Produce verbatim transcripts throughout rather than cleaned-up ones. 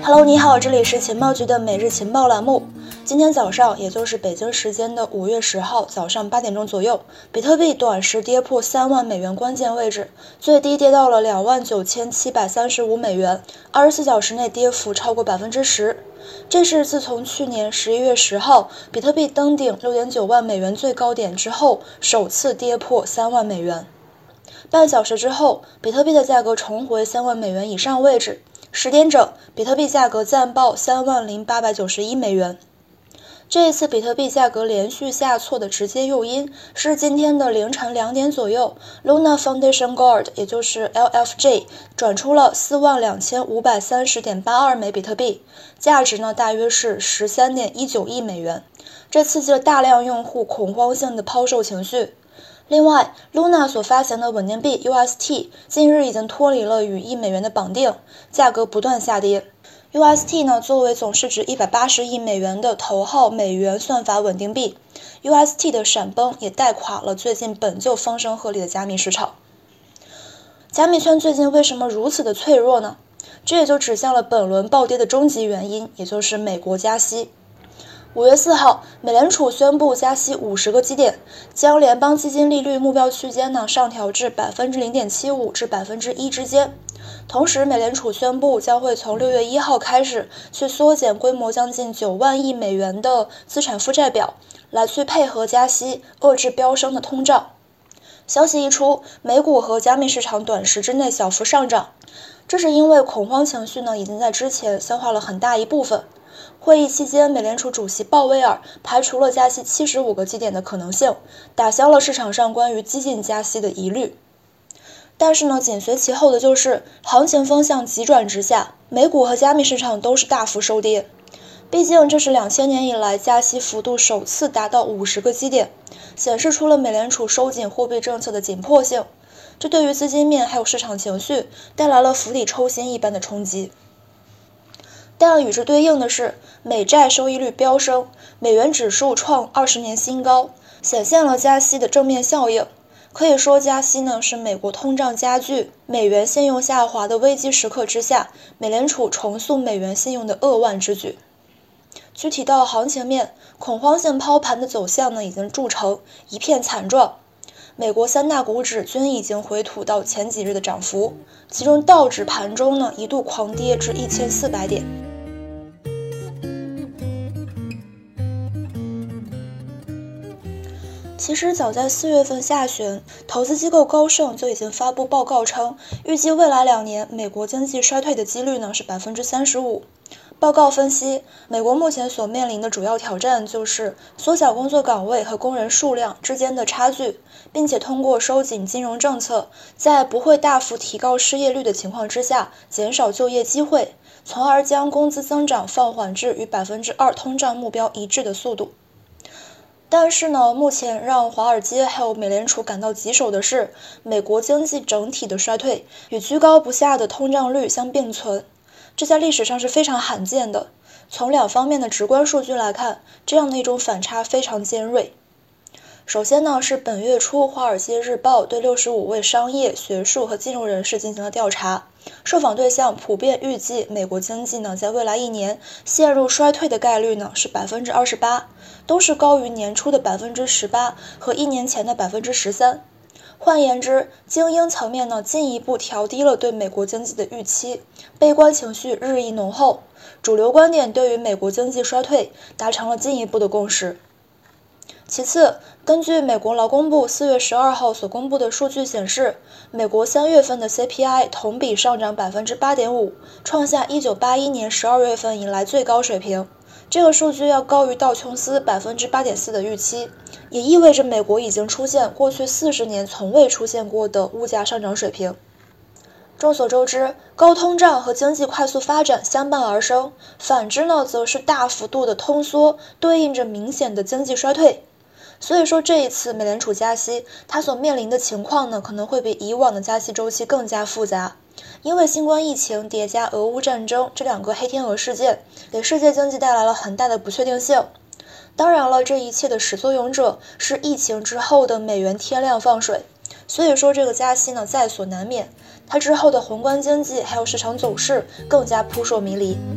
Hello， 你好，这里是情报局的每日情报栏目。今天早上，也就是北京时间的五月十号早上八点钟左右，比特币短时跌破三万美元关键位置，最低跌到了两万九千七百三十五美元，二十四小时内跌幅超过百分之十。这是自从去年十一月十号比特币登顶六点九万美元最高点之后，首次跌破三万美元。半小时之后，比特币的价格重回三万美元以上位置。十点整，比特币价格暂报三万零八百九十一美元。这一次比特币价格连续下挫的直接诱因是今天的凌晨两点左右 ，Luna Foundation Gold， 也就是 L F J 转出了四万两千五百三十点八二枚比特币，价值呢大约是十三点一九亿美元。这刺激了大量用户恐慌性的抛售情绪。另外 ，Luna 所发行的稳定币 U S T 近日已经脱离了与一美元的绑定，价格不断下跌。U S T 呢，作为总市值一百八十亿美元的头号美元算法稳定币 ，U S T 的闪崩也带垮了最近本就风声鹤唳的加密市场。加密圈最近为什么如此的脆弱呢？这也就指向了本轮暴跌的终极原因，也就是美国加息。五月四号，美联储宣布加息五十个基点，将联邦基金利率目标区间呢上调至 百分之零点七五 至 百分之一 之间。同时，美联储宣布将会从六月一号开始去缩减规模将近九万亿美元的资产负债表，来去配合加息，遏制飙升的通胀。消息一出，美股和加密市场短时之内小幅上涨，这是因为恐慌情绪呢已经在之前消化了很大一部分。会议期间，美联储主席鲍威尔排除了加息七十五个基点的可能性，打消了市场上关于激进加息的疑虑。但是呢，紧随其后的就是行情风向急转直下，美股和加密市场都是大幅收跌。毕竟这是两千年以来加息幅度首次达到五十个基点，显示出了美联储收紧货币政策的紧迫性。这对于资金面还有市场情绪带来了釜底抽薪一般的冲击。但与之对应的是，美债收益率飙升，美元指数创二十年新高，显现了加息的正面效应。可以说，加息呢是美国通胀加剧、美元信用下滑的危机时刻之下，美联储重塑美元信用的扼腕之举。具体到行情面，恐慌性抛盘的走向呢已经铸成，一片惨状。美国三大股指均已经回吐到前几日的涨幅，其中道指盘中呢一度狂跌至一千四百点。其实早在四月份下旬，投资机构高盛就已经发布报告称，预计未来两年美国经济衰退的几率呢是 百分之三十五。报告分析，美国目前所面临的主要挑战就是缩小工作岗位和工人数量之间的差距，并且通过收紧金融政策，在不会大幅提高失业率的情况之下，减少就业机会，从而将工资增长放缓至与 百分之二 通胀目标一致的速度。但是呢，目前让华尔街还有美联储感到棘手的是，美国经济整体的衰退与居高不下的通胀率相并存，这在历史上是非常罕见的。从两方面的直观数据来看，这样的一种反差非常尖锐。首先呢，是本月初《华尔街日报》对六十五位商业、学术和金融人士进行了调查，受访对象普遍预计美国经济呢在未来一年陷入衰退的概率呢是 百分之二十八， 都是高于年初的 百分之十八 和一年前的 百分之十三。换言之，精英层面呢进一步调低了对美国经济的预期，悲观情绪日益浓厚，主流观点对于美国经济衰退达成了进一步的共识。其次，根据美国劳工部四月十二号所公布的数据显示，美国三月份的 C P I 同比上涨 百分之八点五， 创下一九八一年十二月份以来最高水平。这个数据要高于道琼斯 百分之八点四 的预期，也意味着美国已经出现过去四十年从未出现过的物价上涨水平。众所周知，高通胀和经济快速发展相伴而生，反之呢，则是大幅度的通缩，对应着明显的经济衰退。所以说这一次美联储加息，它所面临的情况呢，可能会比以往的加息周期更加复杂。因为新冠疫情叠加俄乌战争这两个黑天鹅事件，给世界经济带来了很大的不确定性。当然了，这一切的始作俑者是疫情之后的美元天量放水， 所以说这个加息呢在所难免，它之后的宏观经济还有市场走势更加扑朔迷离。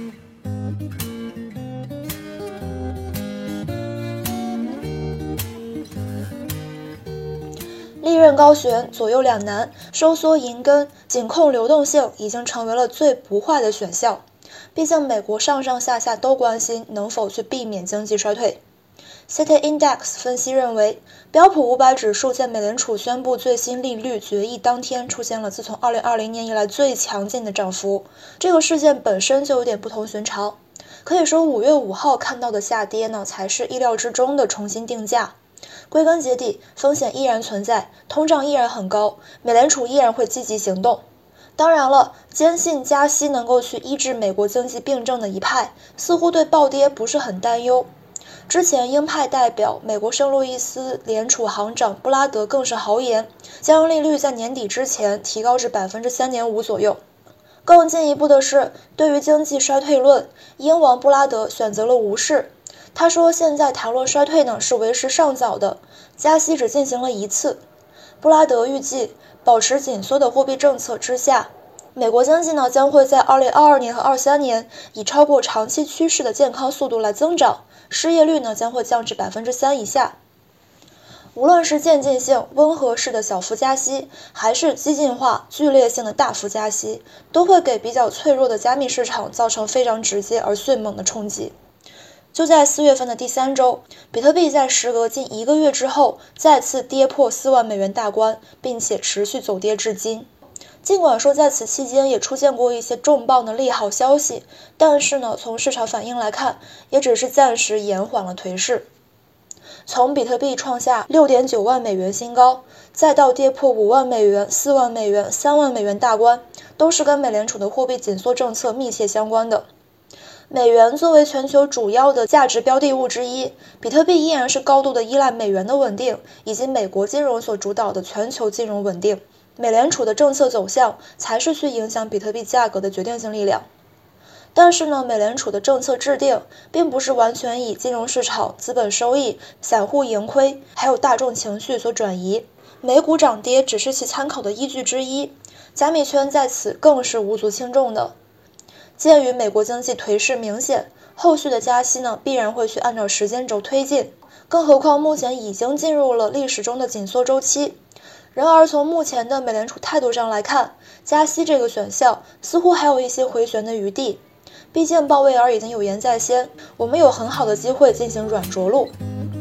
利刃高悬，左右两难，收缩银根、紧控流动性已经成为了最不坏的选项。毕竟美国上上下下都关心能否去避免经济衰退。C T Index 分析认为，标普五百指数在美联储宣布最新利率决议当天出现了自从二零二零年以来最强劲的涨幅。这个事件本身就有点不同寻常，可以说五月五号看到的下跌呢，才是意料之中的重新定价。归根结底，风险依然存在，通胀依然很高，美联储依然会积极行动。当然了，坚信加息能够去医治美国经济病症的一派，似乎对暴跌不是很担忧。之前鹰派代表美国圣路易斯联储行长布拉德更是豪言，将利率在年底之前提高至 百分之三点五 左右。更进一步的是，对于经济衰退论，鹰王布拉德选择了无视。他说现在谈论衰退呢是为时尚早的，加息只进行了一次。布拉德预计保持紧缩的货币政策之下，美国经济呢将会在二零二二年和二三年以超过长期趋势的健康速度来增长，失业率呢将会降至 百分之三 以下。无论是渐进性、温和式的小幅加息，还是激进化、剧烈性的大幅加息，都会给比较脆弱的加密市场造成非常直接而迅猛的冲击。就在四月份的第三周，比特币在时隔近一个月之后再次跌破四万美元大关，并且持续走跌至今。尽管说在此期间也出现过一些重磅的利好消息，但是呢，从市场反应来看，也只是暂时延缓了颓势。从比特币创下 六点九万美元新高，再到跌破五万美元、四万美元、三万美元大关，都是跟美联储的货币紧缩政策密切相关的。美元作为全球主要的价值标的物之一，比特币依然是高度的依赖美元的稳定，以及美国金融所主导的全球金融稳定。美联储的政策走向才是去影响比特币价格的决定性力量。但是呢，美联储的政策制定并不是完全以金融市场、资本收益、散户盈亏，还有大众情绪所转移。美股涨跌只是其参考的依据之一，加密圈在此更是无足轻重的。鉴于美国经济颓势明显，后续的加息呢必然会去按照时间轴推进，更何况目前已经进入了历史中的紧缩周期。然而从目前的美联储态度上来看，加息这个选项似乎还有一些回旋的余地，毕竟鲍威尔已经有言在先，我们有很好的机会进行软着陆。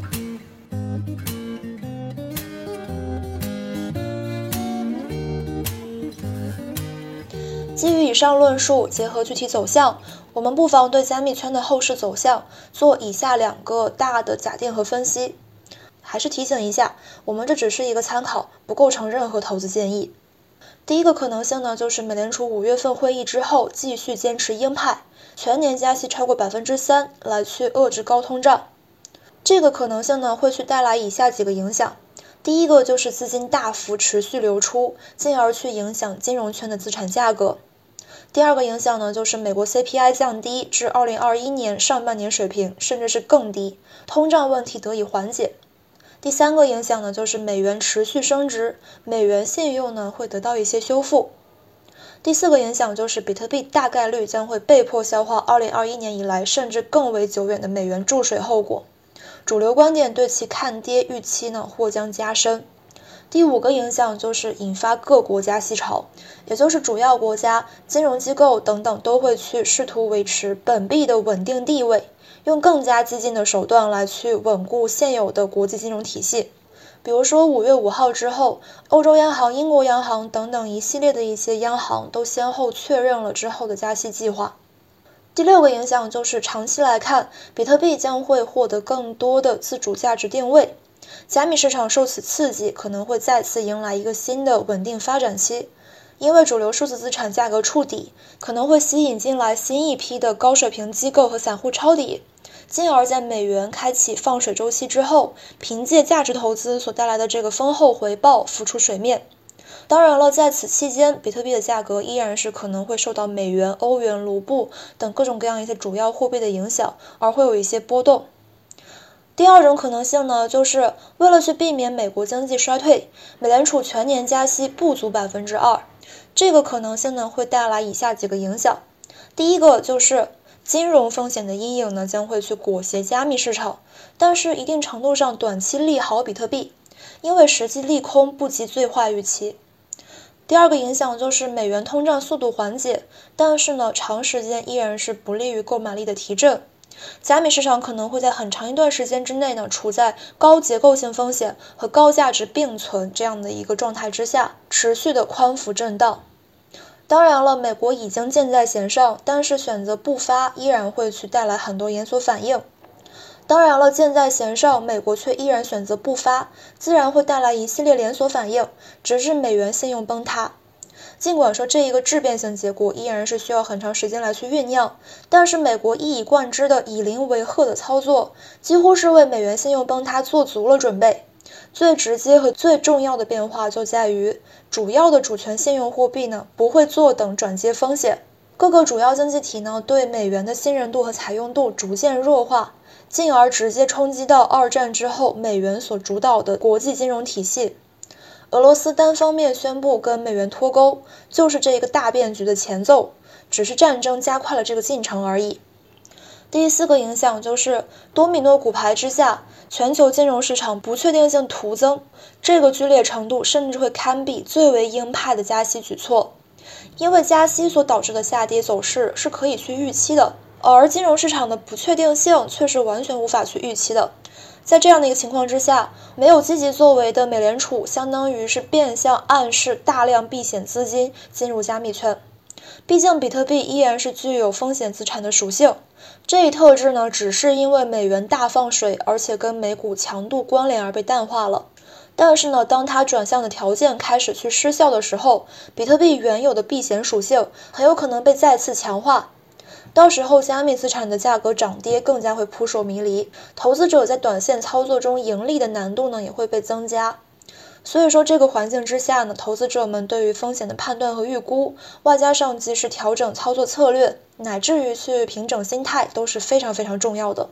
基于以上论述，结合具体走向，我们不妨对加密圈的后市走向做以下两个大的假定和分析。还是提醒一下，我们这只是一个参考，不构成任何投资建议。第一个可能性呢，就是美联储五月份会议之后继续坚持鹰派，全年加息超过 百分之三 来去遏制高通胀。这个可能性呢，会去带来以下几个影响。第一个就是资金大幅持续流出，进而去影响金融圈的资产价格。第二个影响呢，就是美国 C P I 降低至二零二一年上半年水平，甚至是更低，通胀问题得以缓解。第三个影响呢，就是美元持续升值，美元信用呢会得到一些修复。第四个影响就是比特币大概率将会被迫消化二零二一年以来甚至更为久远的美元注水后果，主流观点对其看跌预期呢或将加深。第五个影响就是引发各国加息潮，也就是主要国家、金融机构等等都会去试图维持本币的稳定地位，用更加激进的手段来去稳固现有的国际金融体系。比如说五月五号之后，欧洲央行、英国央行等等一系列的一些央行都先后确认了之后的加息计划。第六个影响就是长期来看，比特币将会获得更多的自主价值定位，加密市场受此刺激，可能会再次迎来一个新的稳定发展期。因为主流数字资产价格触底，可能会吸引进来新一批的高水平机构和散户抄底，进而在美元开启放水周期之后，凭借价值投资所带来的这个丰厚回报浮出水面。当然了，在此期间，比特币的价格依然是可能会受到美元、欧元、卢布等各种各样一些主要货币的影响，而会有一些波动。 第二种可能性呢，就是为了去避免美国经济衰退，美联储全年加息不足百分之二。这个可能性呢，会带来以下几个影响。第一个就是金融风险的阴影呢，将会去裹挟加密市场，但是一定程度上短期利好比特币，因为实际利空不及最坏预期。第二个影响就是美元通胀速度缓解，但是呢，长时间依然是不利于购买力的提振。加密市场可能会在很长一段时间之内呢，处在高结构性风险和高价值并存这样的一个状态之下，持续的宽幅震荡。当然了，美国已经箭在弦上，但是选择不发依然会去带来很多连锁反应。当然了，箭在弦上，美国却依然选择不发，自然会带来一系列连锁反应，直至美元信用崩塌。尽管说这一个质变性结果依然是需要很长时间来去酝酿，但是美国一以贯之的以邻为壑的操作，几乎是为美元信用崩塌做足了准备。最直接和最重要的变化就在于，主要的主权信用货币呢不会坐等转接风险，各个主要经济体呢对美元的信任度和采用度逐渐弱化，进而直接冲击到二战之后美元所主导的国际金融体系。俄罗斯单方面宣布跟美元脱钩，就是这一个大变局的前奏，只是战争加快了这个进程而已。第四个影响就是多米诺骨牌之下，全球金融市场不确定性徒增，这个剧烈程度甚至会堪比最为鹰派的加息举措。因为加息所导致的下跌走势是可以去预期的，而金融市场的不确定性却是完全无法去预期的。在这样的一个情况之下，没有积极作为的美联储相当于是变相暗示大量避险资金进入加密圈。毕竟比特币依然是具有风险资产的属性，这一特质呢，只是因为美元大放水，而且跟美股强度关联而被淡化了。但是呢，当它转向的条件开始去失效的时候，比特币原有的避险属性很有可能被再次强化。到时候加密资产的价格涨跌更加会扑朔迷离，投资者在短线操作中盈利的难度呢也会被增加。所以说这个环境之下呢，投资者们对于风险的判断和预估，外加上及时调整操作策略，乃至于去平整心态都是非常非常重要的。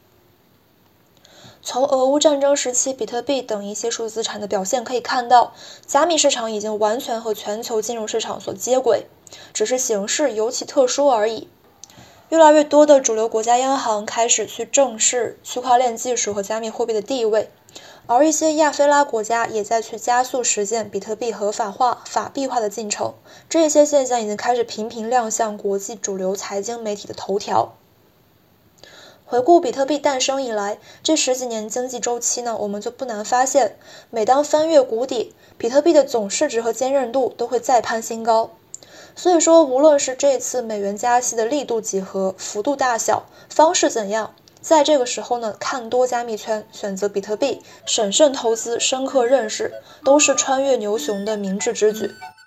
从俄乌战争时期比特币等一些数字资产的表现可以看到，加密市场已经完全和全球金融市场所接轨，只是形式尤其特殊而已。越来越多的主流国家央行开始去正视区块链技术和加密货币的地位，而一些亚非拉国家也在去加速实践比特币合法化、法币化的进程。这些现象已经开始频频亮相国际主流财经媒体的头条。回顾比特币诞生以来这十几年经济周期呢，我们就不难发现，每当翻越谷底，比特币的总市值和坚韧度都会再攀新高。所以说，无论是这次美元加息的力度几何、幅度大小、方式怎样，在这个时候呢，看多加密圈，选择比特币，审慎投资，深刻认识，都是穿越牛熊的明智之举。